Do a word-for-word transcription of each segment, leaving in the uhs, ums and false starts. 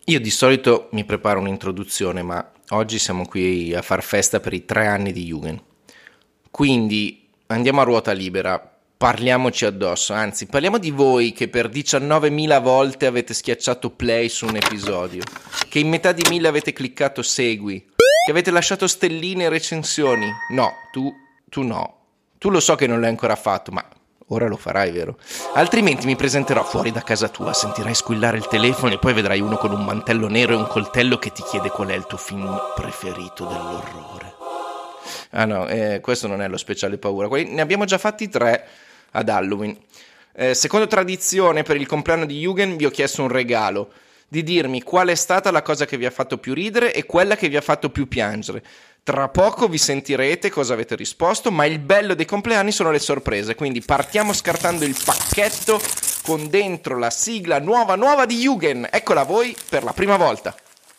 Io di solito mi preparo un'introduzione, ma oggi siamo qui a far festa per i tre anni di Jugend. Quindi andiamo a ruota libera, parliamoci addosso, anzi parliamo di voi che per diciannovemila volte avete schiacciato play su un episodio, che in metà di mille avete cliccato segui, che avete lasciato stelline e recensioni. No, tu, tu no. Tu lo so che non l'hai ancora fatto, ma ora lo farai, vero? Altrimenti mi presenterò fuori da casa tua, sentirai squillare il telefono e poi vedrai uno con un mantello nero e un coltello che ti chiede qual è il tuo film preferito dell'orrore. Ah no, eh, questo non è lo speciale paura, quelli, ne abbiamo già fatti tre ad Halloween. Eh, secondo tradizione, per il compleanno di Jugend vi ho chiesto un regalo, di dirmi qual è stata la cosa che vi ha fatto più ridere e quella che vi ha fatto più piangere. Tra poco vi sentirete cosa avete risposto, ma il bello dei compleanni sono le sorprese, quindi partiamo scartando il pacchetto con dentro la sigla nuova nuova di Jugend. Eccola a voi per la prima volta.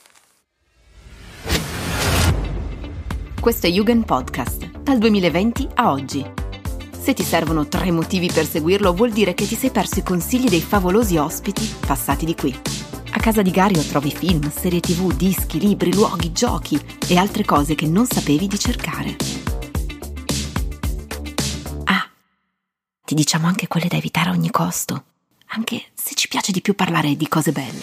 Questo è Jugend Podcast, dal duemilaventi a oggi. Se ti servono tre motivi per seguirlo, vuol dire che ti sei perso i consigli dei favolosi ospiti passati di qui. A casa di Gario trovi film, serie tv, dischi, libri, luoghi, giochi e altre cose che non sapevi di cercare. Ah, ti diciamo anche quelle da evitare a ogni costo, anche se ci piace di più parlare di cose belle.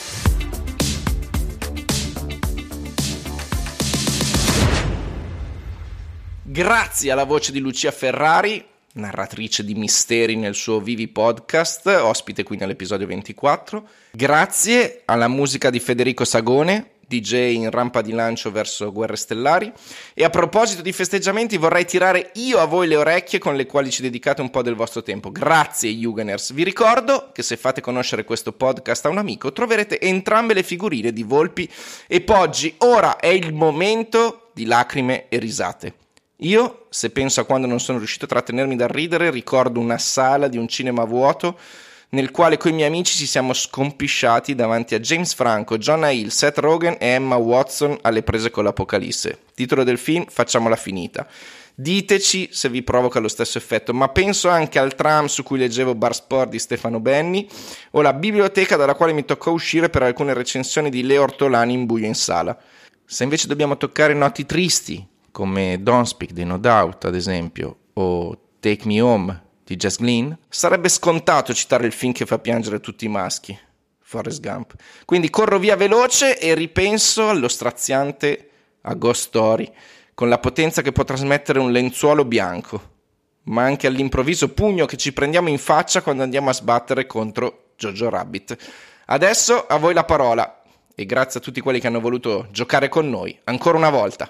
Grazie alla voce di Lucia Ferrari, narratrice di misteri nel suo Vivi Podcast, ospite qui nell'episodio ventiquattro. Grazie alla musica di Federico Sagone, D J in rampa di lancio verso Guerre Stellari. E a proposito di festeggiamenti, vorrei tirare io a voi le orecchie con le quali ci dedicate un po' del vostro tempo. Grazie Jugenders. Vi ricordo che se fate conoscere questo podcast a un amico troverete entrambe le figurine di Volpi e Poggi. Ora è il momento di lacrime e risate. Io, se penso a quando non sono riuscito a trattenermi dal ridere, ricordo una sala di un cinema vuoto nel quale coi miei amici ci siamo scompisciati davanti a James Franco, Jonah Hill, Seth Rogen e Emma Watson alle prese con l'Apocalisse. Titolo del film: Facciamola finita. Diteci se vi provoca lo stesso effetto, ma penso anche al tram su cui leggevo Bar Sport di Stefano Benni o la biblioteca dalla quale mi toccò uscire per alcune recensioni di Leo Ortolani in buio in sala. Se invece dobbiamo toccare noti tristi, come Don't Speak dei No Doubt, ad esempio, o Take Me Home di Jess Glynne, sarebbe scontato citare il film che fa piangere tutti i maschi, Forrest Gump. Quindi corro via veloce e ripenso allo straziante A Ghost Story, con la potenza che può trasmettere un lenzuolo bianco, ma anche all'improvviso pugno che ci prendiamo in faccia quando andiamo a sbattere contro Jojo Rabbit. Adesso a voi la parola, e grazie a tutti quelli che hanno voluto giocare con noi, ancora una volta.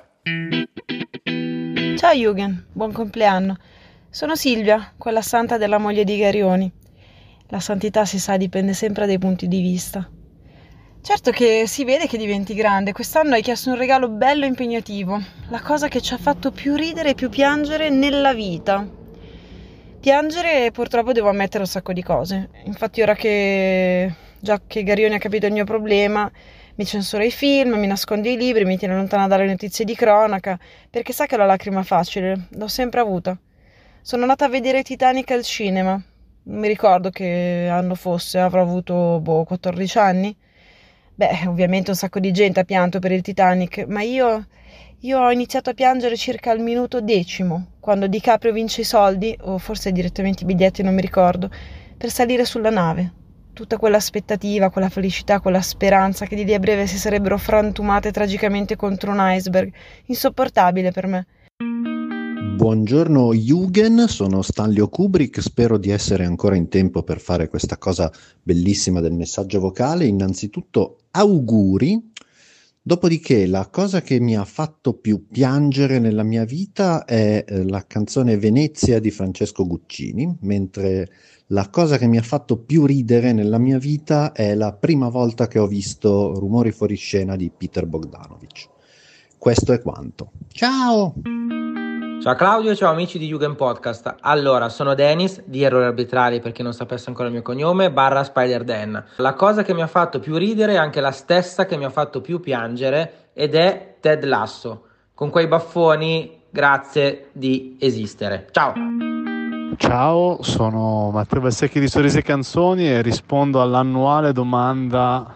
Ciao Jugend, buon compleanno. Sono Silvia, quella santa della moglie di Garioni. La santità, si sa, dipende sempre dai punti di vista. Certo che si vede che diventi grande. Quest'anno hai chiesto un regalo bello e impegnativo, la cosa che ci ha fatto più ridere e più piangere nella vita. Piangere, purtroppo devo ammettere un sacco di cose. Infatti ora che già che Garioni ha capito il mio problema, mi censura i film, mi nasconde i libri, mi tiene lontana dalle notizie di cronaca, perché sa che la lacrima facile l'ho sempre avuta. Sono andata a vedere Titanic al cinema, non mi ricordo che anno fosse, avrò avuto boh, quattordici anni. Beh, ovviamente un sacco di gente ha pianto per il Titanic, ma io, io ho iniziato a piangere circa al minuto decimo, quando DiCaprio vince i soldi, o forse direttamente i biglietti, non mi ricordo, per salire sulla nave. Tutta quell'aspettativa, quella felicità, quella speranza che di lì a breve si sarebbero frantumate tragicamente contro un iceberg. Insopportabile per me. Buongiorno Jugend, sono Stanlio Kubrick, spero di essere ancora in tempo per fare questa cosa bellissima del messaggio vocale. Innanzitutto auguri, dopodiché la cosa che mi ha fatto più piangere nella mia vita è eh, la canzone Venezia di Francesco Guccini, mentre la cosa che mi ha fatto più ridere nella mia vita è la prima volta che ho visto Rumori fuori scena di Peter Bogdanovich. Questo è quanto. Ciao! Ciao Claudio, ciao amici di Jugend Podcast. Allora, sono Dennis di Errori Arbitrali, per chi non sapesse ancora il mio cognome, barra Spider-Dan. La cosa che mi ha fatto più ridere è anche la stessa che mi ha fatto più piangere, ed è Ted Lasso. Con quei baffoni, grazie di esistere. Ciao! Ciao, sono Matteo Valsecchi di Sorrisi e Canzoni e rispondo all'annuale domanda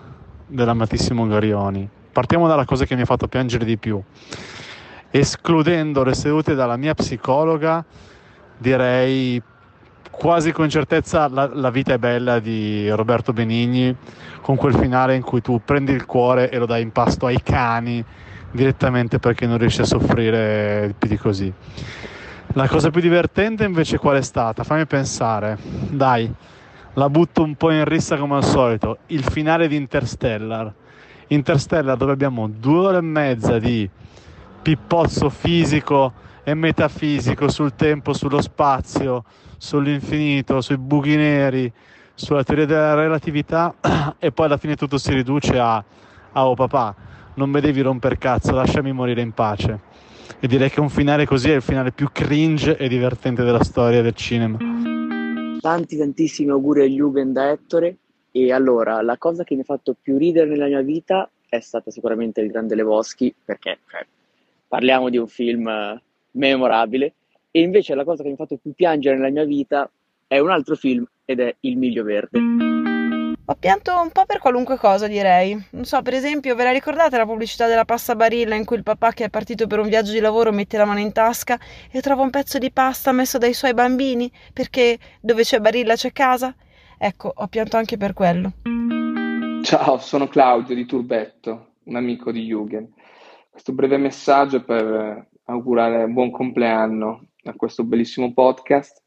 dell'amatissimo Garioni. Partiamo dalla cosa che mi ha fatto piangere di più. Escludendo le sedute dalla mia psicologa, direi quasi con certezza la, la vita è bella di Roberto Benigni, con quel finale in cui tu prendi il cuore e lo dai in pasto ai cani direttamente perché non riesci a soffrire più di così. La cosa più divertente invece qual è stata? Fammi pensare, dai, la butto un po' in rissa come al solito, il finale di Interstellar. Interstellar, dove abbiamo due ore e mezza di pippozzo fisico e metafisico sul tempo, sullo spazio, sull'infinito, sui buchi neri, sulla teoria della relatività, e poi alla fine tutto si riduce a, a oh papà, non mi devi romper cazzo, lasciami morire in pace. E direi che un finale così è il finale più cringe e divertente della storia del cinema. Tanti tantissimi auguri agli Jugend da Ettore. E allora, la cosa che mi ha fatto più ridere nella mia vita è stata sicuramente Il Grande Lebowski, perché cioè, parliamo di un film uh, memorabile. E invece la cosa che mi ha fatto più piangere nella mia vita è un altro film, ed è Il Miglio Verde. Ho pianto un po' per qualunque cosa, direi. Non so, per esempio, ve la ricordate la pubblicità della pasta Barilla in cui il papà che è partito per un viaggio di lavoro mette la mano in tasca e trova un pezzo di pasta messo dai suoi bambini? Perché dove c'è Barilla c'è casa? Ecco, ho pianto anche per quello. Ciao, sono Claudio di Turbetto, un amico di Jugend. Questo breve messaggio per augurare buon compleanno a questo bellissimo podcast,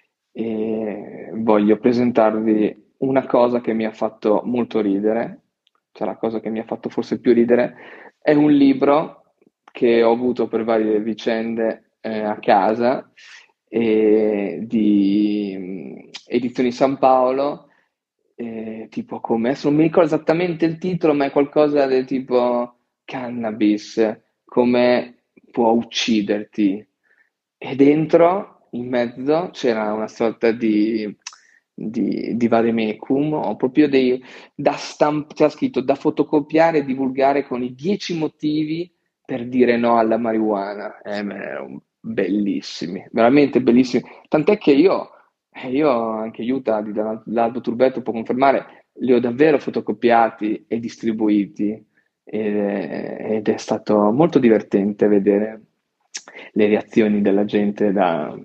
e voglio presentarvi una cosa che mi ha fatto molto ridere, cioè la cosa che mi ha fatto forse più ridere, è un libro che ho avuto per varie vicende eh, a casa, e di Edizioni San Paolo, eh, tipo come, adesso non mi ricordo esattamente il titolo, ma è qualcosa del tipo Cannabis, come può ucciderti, e dentro, in mezzo, c'era una sorta di di, di vademecum, o proprio dei, da stamp- c'era scritto da fotocopiare e divulgare con i dieci motivi per dire no alla marijuana. Eh, ma erano bellissimi, veramente bellissimi. Tant'è che io, eh, io anche Aiuta di L'Albo Turbetto può confermare, li ho davvero fotocopiati e distribuiti, ed è, ed è stato molto divertente vedere le reazioni della gente da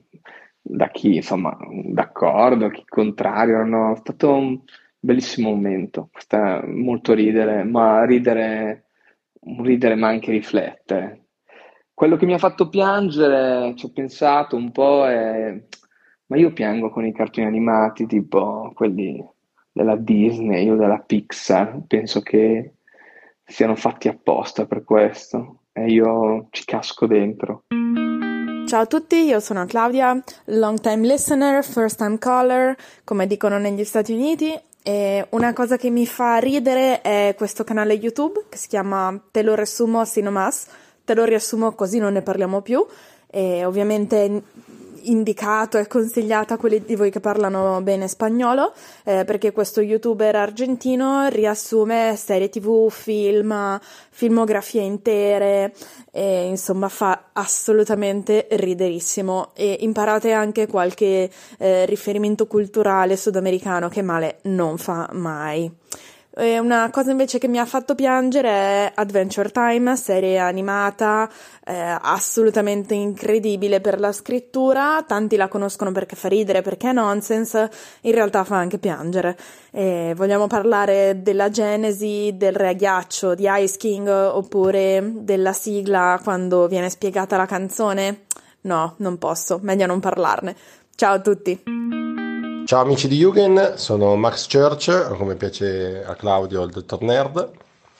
da chi insomma d'accordo, chi contrario. Erano, è stato un bellissimo momento, sta molto ridere, ma ridere, ridere ma anche riflettere. Quello che mi ha fatto piangere, ci ho pensato un po', è, ma io piango con i cartoni animati tipo quelli della Disney o della Pixar, penso che siano fatti apposta per questo, e io ci casco dentro. Ciao a tutti, io sono Claudia, long time listener, first time caller, come dicono negli Stati Uniti, e una cosa che mi fa ridere è questo canale YouTube che si chiama Te lo resumo así nomás, te lo riassumo così non ne parliamo più, e ovviamente indicato e consigliato a quelli di voi che parlano bene spagnolo, eh, perché questo youtuber argentino riassume serie tv, film, filmografie intere, e insomma fa assolutamente riderissimo, e imparate anche qualche eh, riferimento culturale sudamericano che male non fa mai. E una cosa invece che mi ha fatto piangere è Adventure Time, serie animata eh, assolutamente incredibile per la scrittura. Tanti la conoscono perché fa ridere, perché è nonsense, in realtà fa anche piangere. E vogliamo parlare della genesi del re a ghiaccio di Ice King, oppure della sigla quando viene spiegata la canzone? No, non posso, meglio non parlarne. Ciao a tutti! Ciao amici di Jugend, sono Max Church, o come piace a Claudio il dottor Nerd.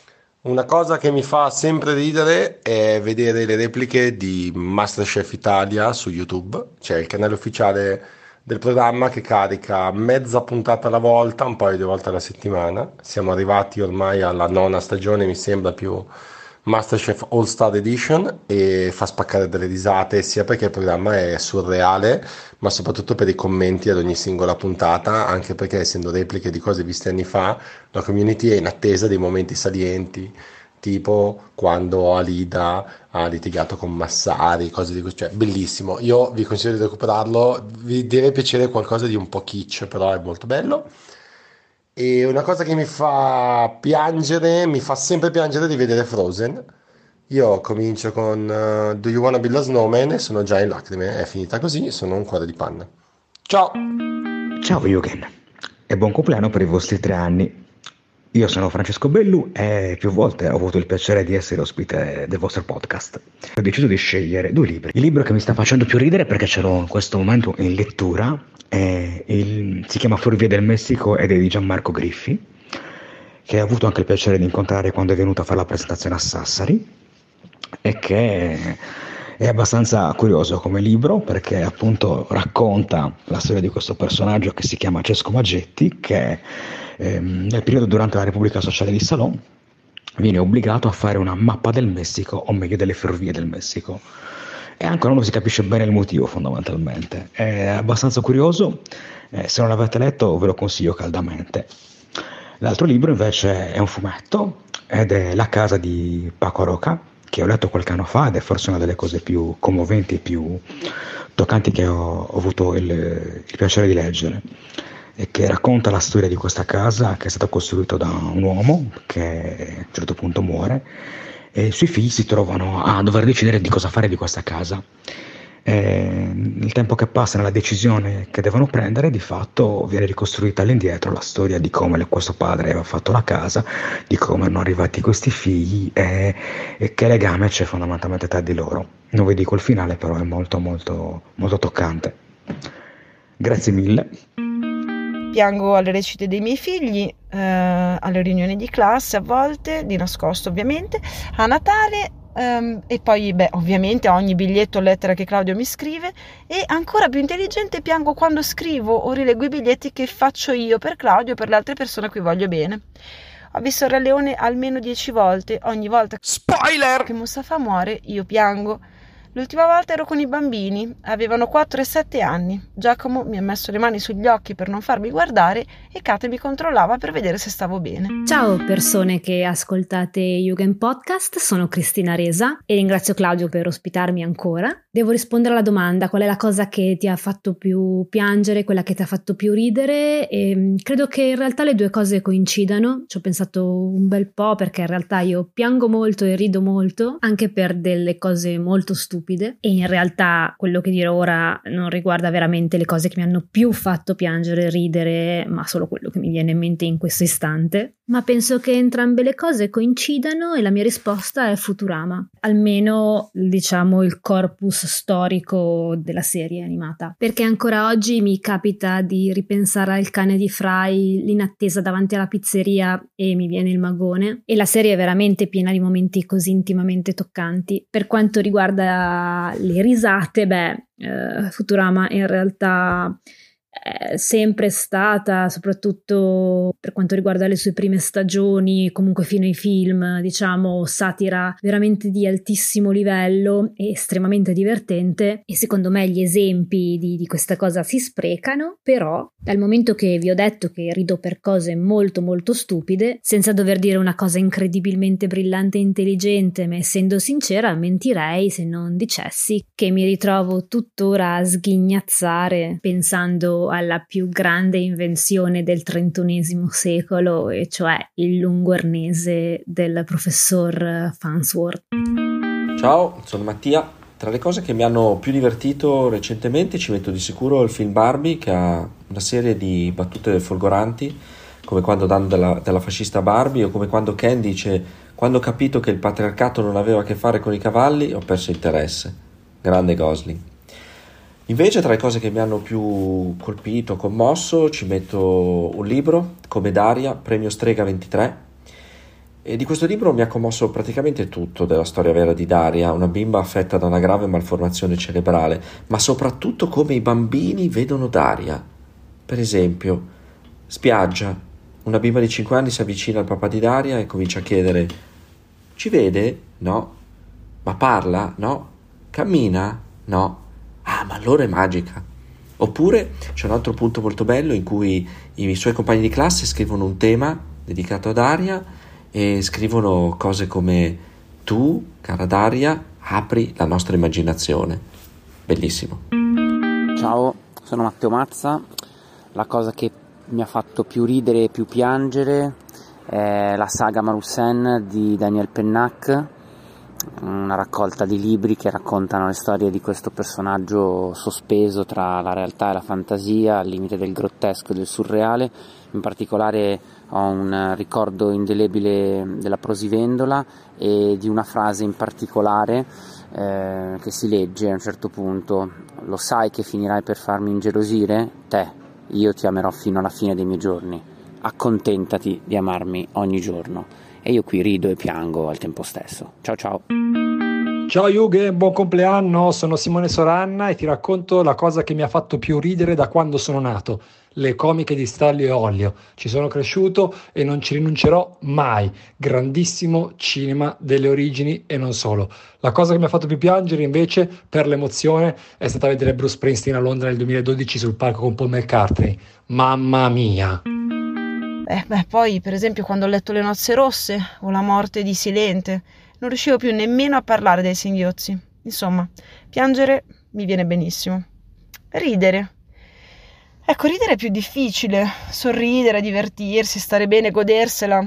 Una cosa che mi fa sempre ridere è vedere le repliche di MasterChef Italia su YouTube, c'è il canale ufficiale del programma che carica mezza puntata alla volta, un paio di volte alla settimana. Siamo arrivati ormai alla nona stagione, mi sembra, più MasterChef All Star Edition, e fa spaccare delle risate sia perché il programma è surreale, ma soprattutto per i commenti ad ogni singola puntata, anche perché essendo repliche di cose viste anni fa, la community è in attesa dei momenti salienti, tipo quando Alida ha litigato con Massari, cose di questo, cioè bellissimo. Io vi consiglio di recuperarlo, vi deve piacere qualcosa di un po' kitsch, però è molto bello. E una cosa che mi fa piangere, mi fa sempre piangere di vedere Frozen. Io comincio con uh, Do You Wanna Build a Snowman e sono già in lacrime, è finita così, sono un cuore di panna. Ciao! Ciao Yugen e buon compleanno per i vostri tre anni. Io sono Francesco Bellu e più volte ho avuto il piacere di essere ospite del vostro podcast. Ho deciso di scegliere due libri. Il libro che mi sta facendo più ridere perché ce l'ho in questo momento in lettura è il, si chiama Fuorivia del Messico ed è di Gianmarco Griffi, che ho avuto anche il piacere di incontrare quando è venuto a fare la presentazione a Sassari e che è abbastanza curioso come libro perché appunto racconta la storia di questo personaggio che si chiama Cesco Maggetti, che ehm, nel periodo durante la Repubblica Sociale di Salò viene obbligato a fare una mappa del Messico, o meglio delle ferrovie del Messico, e ancora non si capisce bene il motivo fondamentalmente. È abbastanza curioso, eh, se non l'avete letto ve lo consiglio caldamente. L'altro libro invece è un fumetto ed è La casa di Paco Roca, che ho letto qualche anno fa ed è forse una delle cose più commoventi e più toccanti che ho, ho avuto il, il piacere di leggere, e che racconta la storia di questa casa che è stata costruita da un uomo che a un certo punto muore e i suoi figli si trovano a dover decidere di cosa fare di questa casa. E nel tempo che passa nella decisione che devono prendere, di fatto viene ricostruita all'indietro la storia di come questo padre aveva fatto la casa, di come erano arrivati questi figli e, e che legame c'è fondamentalmente tra di loro. Non vi dico il finale, però è molto molto molto toccante. Grazie mille. Piango alle recite dei miei figli, eh, alle riunioni di classe a volte, di nascosto ovviamente, a Natale. Um, e poi beh ovviamente a ogni biglietto o lettera che Claudio mi scrive, e ancora più intelligente piango quando scrivo o rileggo i biglietti che faccio io per Claudio e per le altre persone a cui voglio bene. Ho visto il Re Leone almeno dieci volte, ogni volta spoiler che Mustafa muore io piango. L'ultima volta ero con i bambini, avevano quattro e sette anni. Giacomo mi ha messo le mani sugli occhi per non farmi guardare e Kate mi controllava per vedere se stavo bene. Ciao persone che ascoltate Yugen Podcast, sono Cristina Resa e ringrazio Claudio per ospitarmi ancora. Devo rispondere alla domanda: qual è la cosa che ti ha fatto più piangere, quella che ti ha fatto più ridere? E credo che in realtà le due cose coincidano. Ci ho pensato un bel po' perché in realtà io piango molto e rido molto anche per delle cose molto stupide. E in realtà quello che dirò ora non riguarda veramente le cose che mi hanno più fatto piangere e ridere, ma solo quello che mi viene in mente in questo istante. Ma penso che entrambe le cose coincidano e la mia risposta è Futurama, almeno diciamo il corpus storico della serie animata, perché ancora oggi mi capita di ripensare al cane di Fry in attesa davanti alla pizzeria e mi viene il magone, e la serie è veramente piena di momenti così intimamente toccanti. Per quanto riguarda le risate, beh, eh, Futurama in realtà è sempre stata, soprattutto per quanto riguarda le sue prime stagioni, comunque fino ai film, diciamo, satira veramente di altissimo livello e estremamente divertente, e secondo me gli esempi di, di questa cosa si sprecano. Però dal momento che vi ho detto che rido per cose molto molto stupide, senza dover dire una cosa incredibilmente brillante e intelligente, ma essendo sincera mentirei se non dicessi che mi ritrovo tuttora a sghignazzare pensando alla più grande invenzione del trentunesimo secolo, e cioè il lungo arnese del professor Farnsworth. Ciao, sono Mattia. Tra le cose che mi hanno più divertito recentemente ci metto di sicuro il film Barbie, che ha una serie di battute folgoranti, come quando danno della, della fascista Barbie, o come quando Ken dice: quando ho capito che il patriarcato non aveva a che fare con i cavalli ho perso interesse. Grande Gosling. Invece tra le cose che mi hanno più colpito, commosso, ci metto un libro, Come Daria, premio Strega ventitré, e di questo libro mi ha commosso praticamente tutto della storia vera di Daria, una bimba affetta da una grave malformazione cerebrale, ma soprattutto come i bambini vedono Daria. Per esempio, spiaggia, una bimba di cinque anni si avvicina al papà di Daria e comincia a chiedere: ci vede? No. Ma parla? No. Cammina? No. Ah, ma allora è magica. Oppure c'è un altro punto molto bello in cui i suoi compagni di classe scrivono un tema dedicato a Daria e scrivono cose come: tu, cara Daria, apri la nostra immaginazione. Bellissimo. Ciao, sono Matteo Mazza. La cosa che mi ha fatto più ridere e più piangere è la saga Marusen di Daniel Pennac, una raccolta di libri che raccontano le storie di questo personaggio sospeso tra la realtà e la fantasia, al limite del grottesco e del surreale. In particolare ho un ricordo indelebile della Prosivendola e di una frase in particolare eh, che si legge a un certo punto: lo sai che finirai per farmi ingelosire? Te, io ti amerò fino alla fine dei miei giorni, accontentati di amarmi ogni giorno. E io qui rido e piango al tempo stesso. Ciao ciao. Ciao Jughe, buon compleanno, sono Simone Soranna e ti racconto la cosa che mi ha fatto più ridere da quando sono nato: le comiche di Stanlio e Ollio. Ci sono cresciuto e non ci rinuncerò mai. Grandissimo cinema delle origini e non solo. La cosa che mi ha fatto più piangere invece, per l'emozione, è stata vedere Bruce Springsteen a Londra nel duemiladodici sul palco con Paul McCartney. Mamma mia! Eh, beh, poi per esempio quando ho letto Le nozze rosse o La morte di Silente non riuscivo più nemmeno a parlare dei singhiozzi. Insomma, piangere mi viene benissimo. Ridere. Ecco, ridere è più difficile. Sorridere, divertirsi, stare bene, godersela.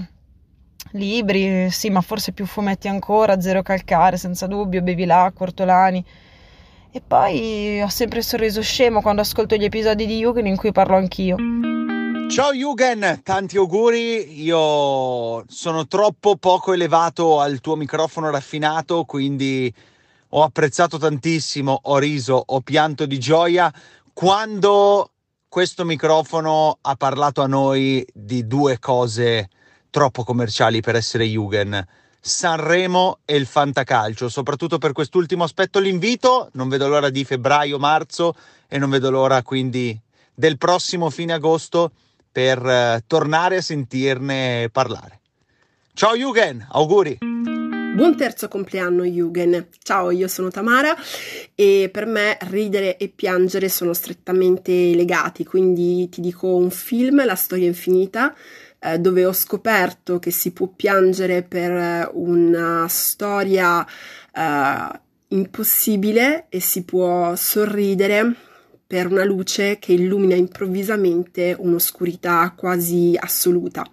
Libri, sì, ma forse più fumetti ancora, Zero Calcare, senza dubbio, Bevilacqua, Ortolani. E poi ho sempre il sorriso scemo quando ascolto gli episodi di Jugend in cui parlo anch'io. Ciao Jugend, tanti auguri. Io sono troppo poco elevato al tuo microfono raffinato, quindi ho apprezzato tantissimo, ho riso, ho pianto di gioia quando questo microfono ha parlato a noi di due cose troppo commerciali per essere Jugend: Sanremo e il fantacalcio. Soprattutto per quest'ultimo aspetto l'invito, non vedo l'ora di febbraio-marzo e non vedo l'ora quindi del prossimo fine agosto per uh, tornare a sentirne parlare. Ciao Jugend, auguri! Buon terzo compleanno Jugend. Ciao, io sono Tamara e per me ridere e piangere sono strettamente legati, quindi ti dico un film, La storia infinita, eh, dove ho scoperto che si può piangere per una storia eh, impossibile e si può sorridere per una luce che illumina improvvisamente un'oscurità quasi assoluta.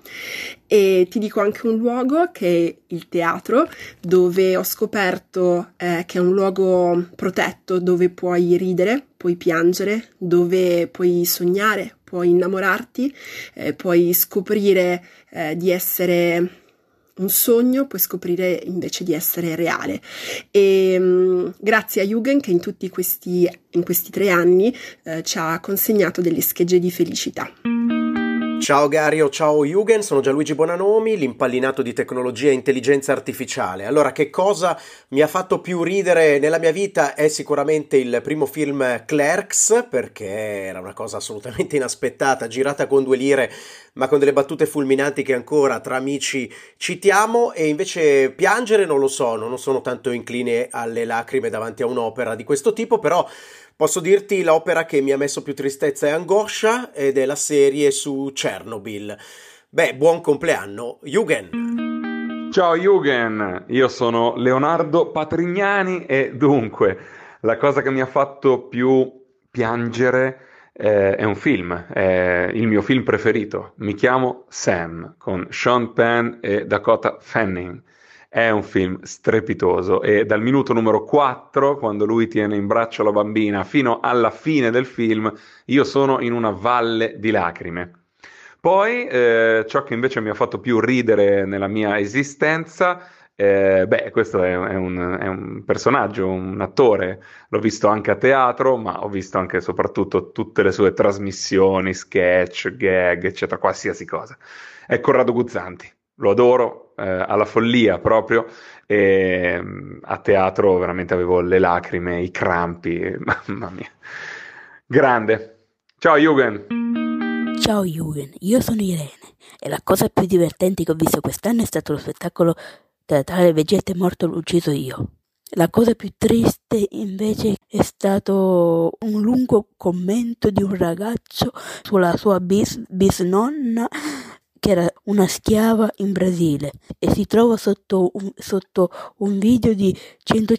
E ti dico anche un luogo, che è il teatro, dove ho scoperto eh, che è un luogo protetto, dove puoi ridere, puoi piangere, dove puoi sognare, puoi innamorarti, eh, puoi scoprire eh, di essere un sogno, puoi scoprire invece di essere reale. E um, grazie a Jugend che in tutti questi, in questi tre anni eh, ci ha consegnato delle schegge di felicità. Ciao Gario, ciao Jugend, sono Gianluigi Bonanomi, l'impallinato di tecnologia e intelligenza artificiale. Allora, che cosa mi ha fatto più ridere nella mia vita è sicuramente il primo film Clerks, perché era una cosa assolutamente inaspettata, girata con due lire, ma con delle battute fulminanti che ancora tra amici citiamo. E invece piangere non lo so, non sono tanto incline alle lacrime davanti a un'opera di questo tipo, però posso dirti l'opera che mi ha messo più tristezza e angoscia, ed è la serie su Chernobyl. Beh, buon compleanno, Jugend! Ciao Jugend, io sono Leonardo Patrignani e dunque la cosa che mi ha fatto più piangere eh, è un film, è il mio film preferito. Mi chiamo Sam, con Sean Penn e Dakota Fanning. È un film strepitoso e dal minuto numero quattro, quando lui tiene in braccio la bambina, fino alla fine del film, io sono in una valle di lacrime. Poi, eh, ciò che invece mi ha fatto più ridere nella mia esistenza, eh, beh, questo è, è, un, è un personaggio, un attore, l'ho visto anche a teatro, ma ho visto anche e soprattutto tutte le sue trasmissioni, sketch, gag, eccetera, qualsiasi cosa. È Corrado Guzzanti. Lo adoro, eh, alla follia proprio, e mh, a teatro veramente avevo le lacrime, i crampi, mamma mia. Grande. Ciao Jugend. Ciao Jugend, io sono Irene e la cosa più divertente che ho visto quest'anno è stato lo spettacolo teatrale Vegeta è morto, l'ho ucciso io. La cosa più triste invece è stato un lungo commento di un ragazzo sulla sua bis, bisnonna, che era una schiava in Brasile, e si trova sotto un, sotto un video di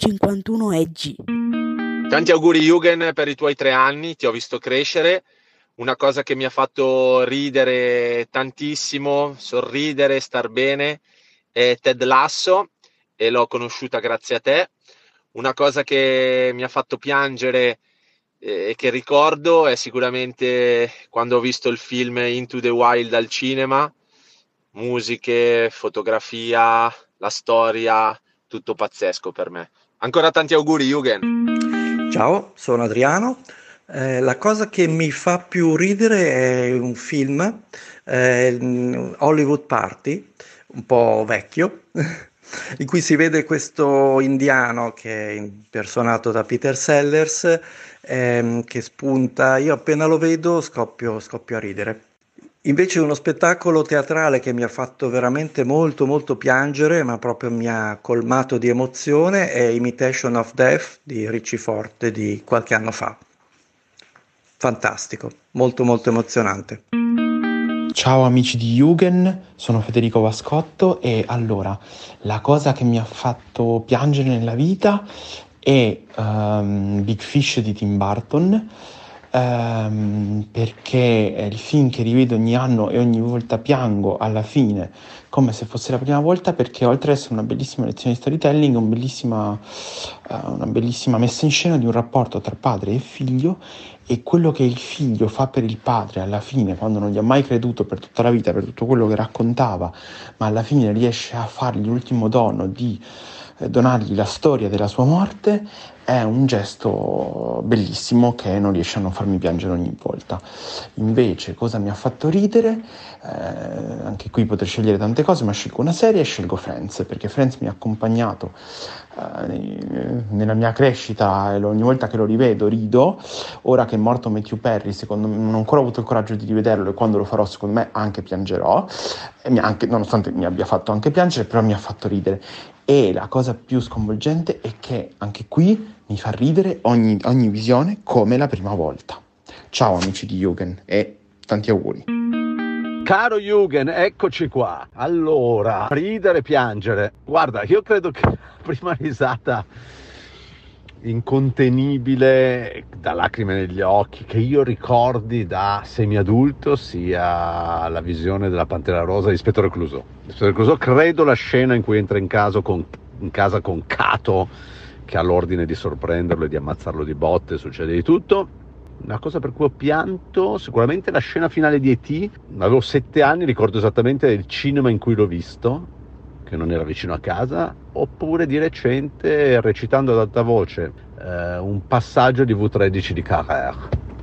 centocinquantuno eggi. Tanti auguri Jugend per i tuoi tre anni, ti ho visto crescere. Una cosa che mi ha fatto ridere tantissimo, sorridere, star bene, è Ted Lasso, e l'ho conosciuta grazie a te. Una cosa che mi ha fatto piangere e che ricordo è sicuramente quando ho visto il film Into the Wild al cinema. Musiche, fotografia, la storia, tutto pazzesco per me. Ancora tanti auguri, Jürgen. Ciao, sono Adriano. Eh, la cosa che mi fa più ridere è un film, eh, Hollywood Party, un po' vecchio, in cui si vede questo indiano che è impersonato da Peter Sellers, ehm, che spunta. Io appena lo vedo scoppio, scoppio a ridere. Invece uno spettacolo teatrale che mi ha fatto veramente molto molto piangere, ma proprio mi ha colmato di emozione, è Imitation of Death di Ricci Forte di qualche anno fa. Fantastico, molto molto emozionante. Ciao amici di Jugend, sono Federico Vascotto e allora, la cosa che mi ha fatto piangere nella vita è um, Big Fish di Tim Burton, um, perché è il film che rivedo ogni anno e ogni volta piango alla fine, come se fosse la prima volta, perché oltre ad essere una bellissima lezione di storytelling, un bellissima, uh, una bellissima messa in scena di un rapporto tra padre e figlio, e quello che il figlio fa per il padre alla fine, quando non gli ha mai creduto per tutta la vita, per tutto quello che raccontava, ma alla fine riesce a fargli l'ultimo dono di eh, donargli la storia della sua morte, è un gesto bellissimo che non riesce a non farmi piangere ogni volta. Invece, cosa mi ha fatto ridere? Eh, anche qui potrei scegliere tante cose, ma scelgo una serie e scelgo Friends, perché Friends mi ha accompagnato eh, nella mia crescita e ogni volta che lo rivedo rido. Ora che è morto Matthew Perry, secondo me, non ho ancora avuto il coraggio di rivederlo, e quando lo farò secondo me anche piangerò, e mi anche, nonostante mi abbia fatto anche piangere, però mi ha fatto ridere. E la cosa più sconvolgente è che anche qui mi fa ridere ogni, ogni visione come la prima volta. Ciao amici di Jugend e tanti auguri. Caro Jugend, eccoci qua. Allora, ridere e piangere. Guarda, io credo che la prima risata incontenibile, da lacrime negli occhi, che io ricordi da semiadulto sia la visione della Pantera Rosa di Ispettore Clouseau. Ispettore Clouseau, credo la scena in cui entra in, caso con, in casa con Cato, che ha l'ordine di sorprenderlo e di ammazzarlo di botte, succede di tutto. Una cosa per cui ho pianto, sicuramente la scena finale di E T, avevo sette anni, ricordo esattamente il cinema in cui l'ho visto, che non era vicino a casa, oppure di recente recitando ad alta voce eh, un passaggio di V tredici di Carrère,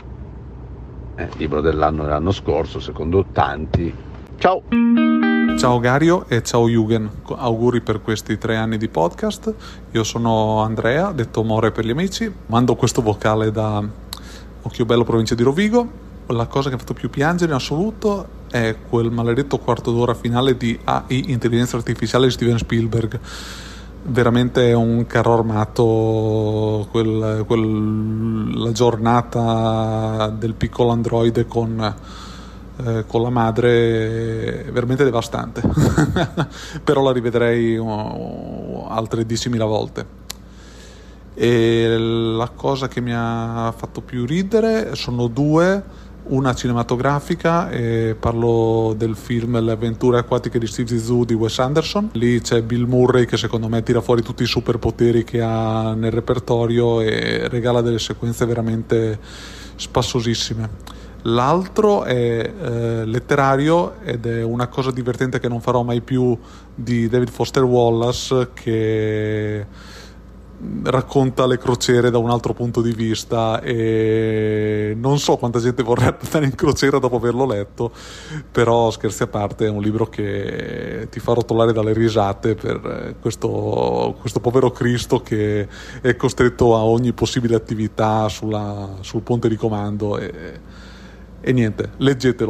eh, libro dell'anno dell'anno scorso, secondo tanti. Ciao! Ciao Gario e ciao Jugend, auguri per questi tre anni di podcast. Io sono Andrea, detto More per gli amici, mando questo vocale da Occhiobello, provincia di Rovigo. La cosa che ha fatto più piangere in assoluto è quel maledetto quarto d'ora finale di A I, Intelligenza Artificiale, di Steven Spielberg. Veramente un carro armato, quel, quel, la giornata del piccolo androide con, eh, con la madre è veramente devastante. Però la rivedrei uh, altre diecimila volte. E la cosa che mi ha fatto più ridere sono due. Una cinematografica, e parlo del film Le avventure acquatiche di Steve Zissou di Wes Anderson. Lì c'è Bill Murray che secondo me tira fuori tutti i superpoteri che ha nel repertorio e regala delle sequenze veramente spassosissime. L'altro è eh, letterario, ed è una cosa divertente che non farò mai più, di David Foster Wallace, che racconta le crociere da un altro punto di vista, e non so quanta gente vorrebbe andare in crociera dopo averlo letto, però scherzi a parte è un libro che ti fa rotolare dalle risate per questo, questo povero Cristo che è costretto a ogni possibile attività sulla, sul ponte di comando, e, e niente, leggetelo.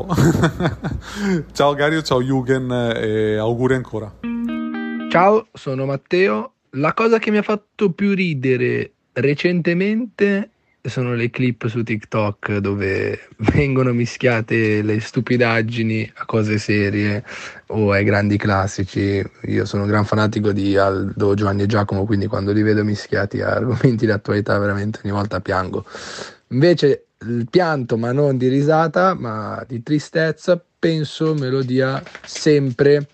Ciao Gario, ciao Jugend e auguri ancora. Ciao, sono Matteo. La cosa che mi ha fatto più ridere recentemente sono le clip su TikTok dove vengono mischiate le stupidaggini a cose serie o ai grandi classici. Io sono un gran fanatico di Aldo, Giovanni e Giacomo, quindi quando li vedo mischiati a argomenti di attualità veramente ogni volta piango. Invece il pianto, ma non di risata, ma di tristezza, penso me lo dia sempre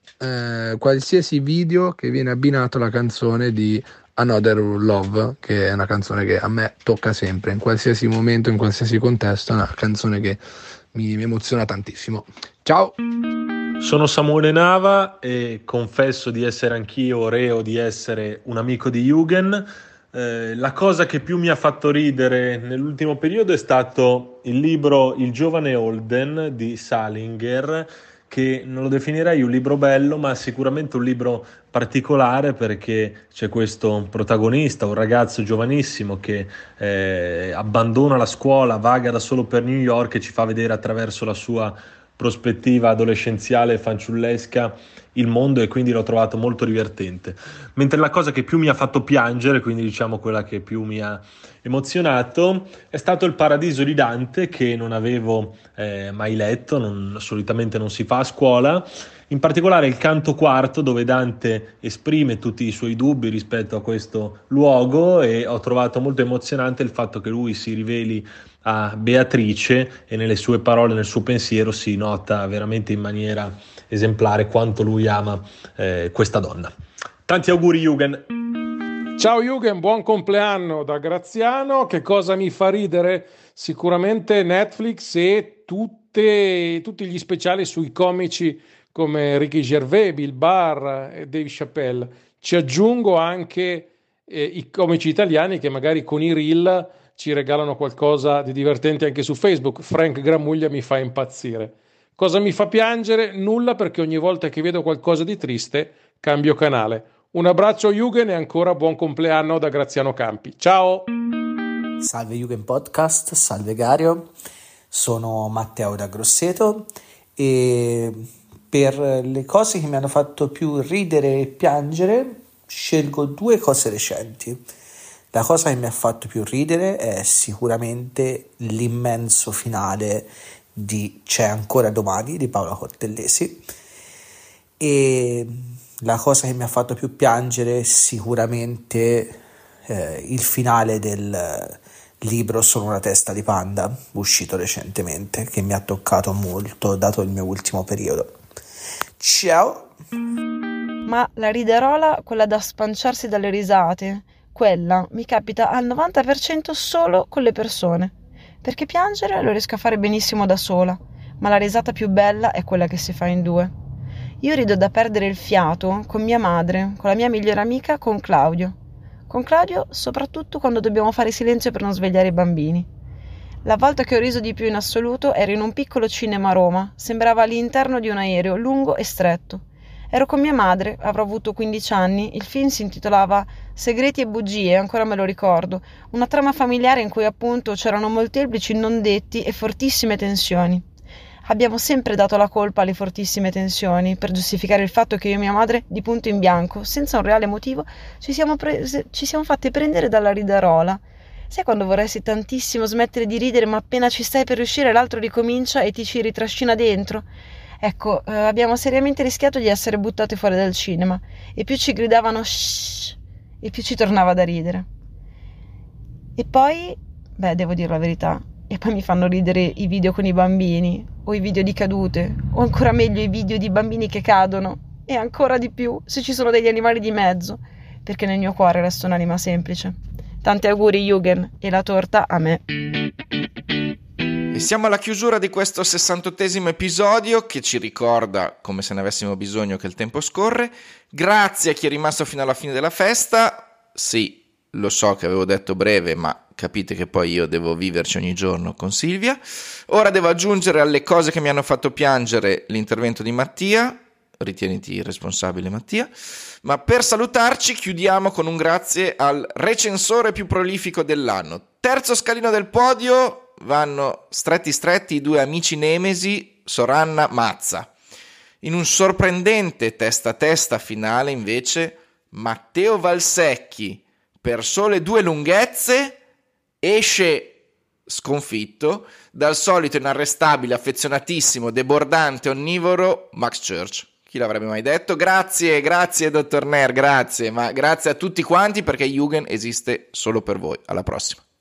eh, qualsiasi video che viene abbinato alla canzone di Another Love, che è una canzone che a me tocca sempre, in qualsiasi momento, in qualsiasi contesto, è una canzone che mi, mi emoziona tantissimo. Ciao! Sono Samuele Nava e confesso di essere anch'io reo di essere un amico di Jürgen. Eh, la cosa che più mi ha fatto ridere nell'ultimo periodo è stato il libro Il giovane Holden di Salinger, che non lo definirei un libro bello, ma sicuramente un libro particolare, perché c'è questo protagonista, un ragazzo giovanissimo che eh, abbandona la scuola, vaga da solo per New York e ci fa vedere attraverso la sua prospettiva adolescenziale e fanciullesca il mondo, e quindi l'ho trovato molto divertente. Mentre la cosa che più mi ha fatto piangere, quindi diciamo quella che più mi ha emozionato, è stato Il Paradiso di Dante, che non avevo eh, mai letto, non, solitamente non si fa a scuola, in particolare il canto quarto, dove Dante esprime tutti i suoi dubbi rispetto a questo luogo, e ho trovato molto emozionante il fatto che lui si riveli a Beatrice e nelle sue parole, nel suo pensiero si nota veramente in maniera esemplare quanto lui ama eh, questa donna. Tanti auguri Jürgen. Ciao Jürgen, buon compleanno da Graziano. Che cosa mi fa ridere? Sicuramente Netflix e tutte, tutti gli speciali sui comici come Ricky Gervais, Bill Barr e Dave Chappelle. Ci aggiungo anche eh, i comici italiani che magari con i reel ci regalano qualcosa di divertente anche su Facebook. Frank Gramuglia mi fa impazzire. Cosa mi fa piangere? Nulla, perché ogni volta che vedo qualcosa di triste cambio canale. Un abbraccio Jürgen e ancora buon compleanno da Graziano Campi. Ciao! Salve Jürgen Podcast, salve Gario, sono Matteo da Grosseto e per le cose che mi hanno fatto più ridere e piangere scelgo due cose recenti. La cosa che mi ha fatto più ridere è sicuramente l'immenso finale di C'è ancora domani di Paola Cortellesi, e la cosa che mi ha fatto più piangere è sicuramente eh, il finale del libro Sono una testa di panda, uscito recentemente, che mi ha toccato molto dato il mio ultimo periodo. Ciao! Ma la riderola, quella da spanciarsi dalle risate, quella mi capita al novanta per cento solo con le persone, perché piangere lo riesco a fare benissimo da sola, ma la risata più bella è quella che si fa in due. Io rido da perdere il fiato con mia madre, con la mia migliore amica, con Claudio. Con Claudio soprattutto quando dobbiamo fare silenzio per non svegliare i bambini. La volta che ho riso di più in assoluto ero in un piccolo cinema a Roma, sembrava all'interno di un aereo lungo e stretto. Ero con mia madre, avrò avuto quindici anni, il film si intitolava Segreti e bugie, ancora me lo ricordo, una trama familiare in cui appunto c'erano molteplici non detti e fortissime tensioni. Abbiamo sempre dato la colpa alle fortissime tensioni per giustificare il fatto che io e mia madre, di punto in bianco, senza un reale motivo, ci siamo, prese, ci siamo fatte prendere dalla ridarola. Sai quando vorresti tantissimo smettere di ridere, ma appena ci stai per uscire l'altro ricomincia e ti ci ritrascina dentro? Ecco, eh, abbiamo seriamente rischiato di essere buttate fuori dal cinema, e più ci gridavano shh, e più ci tornava da ridere. E poi, beh, devo dire la verità, e poi mi fanno ridere i video con i bambini, o i video di cadute, o ancora meglio i video di bambini che cadono, e ancora di più se ci sono degli animali di mezzo, perché nel mio cuore resto un'anima semplice. Tanti auguri Jürgen, e la torta a me. E siamo alla chiusura di questo sessantottesimo episodio, che ci ricorda, come se ne avessimo bisogno, che il tempo scorre. Grazie a chi è rimasto fino alla fine della festa. Sì, lo so che avevo detto breve, ma capite che poi io devo viverci ogni giorno con Silvia. Ora devo aggiungere alle cose che mi hanno fatto piangere l'intervento di Mattia. Ritieniti responsabile, Mattia. Ma per salutarci chiudiamo con un grazie al recensore più prolifico dell'anno. Terzo scalino del podio vanno stretti stretti i due amici nemesi Soranna Mazza. In un sorprendente testa a testa finale invece Matteo Valsecchi, per sole due lunghezze, esce sconfitto dal solito inarrestabile, affezionatissimo, debordante, onnivoro Max Church. Chi l'avrebbe mai detto? Grazie, grazie dottor Ner, grazie, ma grazie a tutti quanti, perché Jürgen esiste solo per voi. Alla prossima.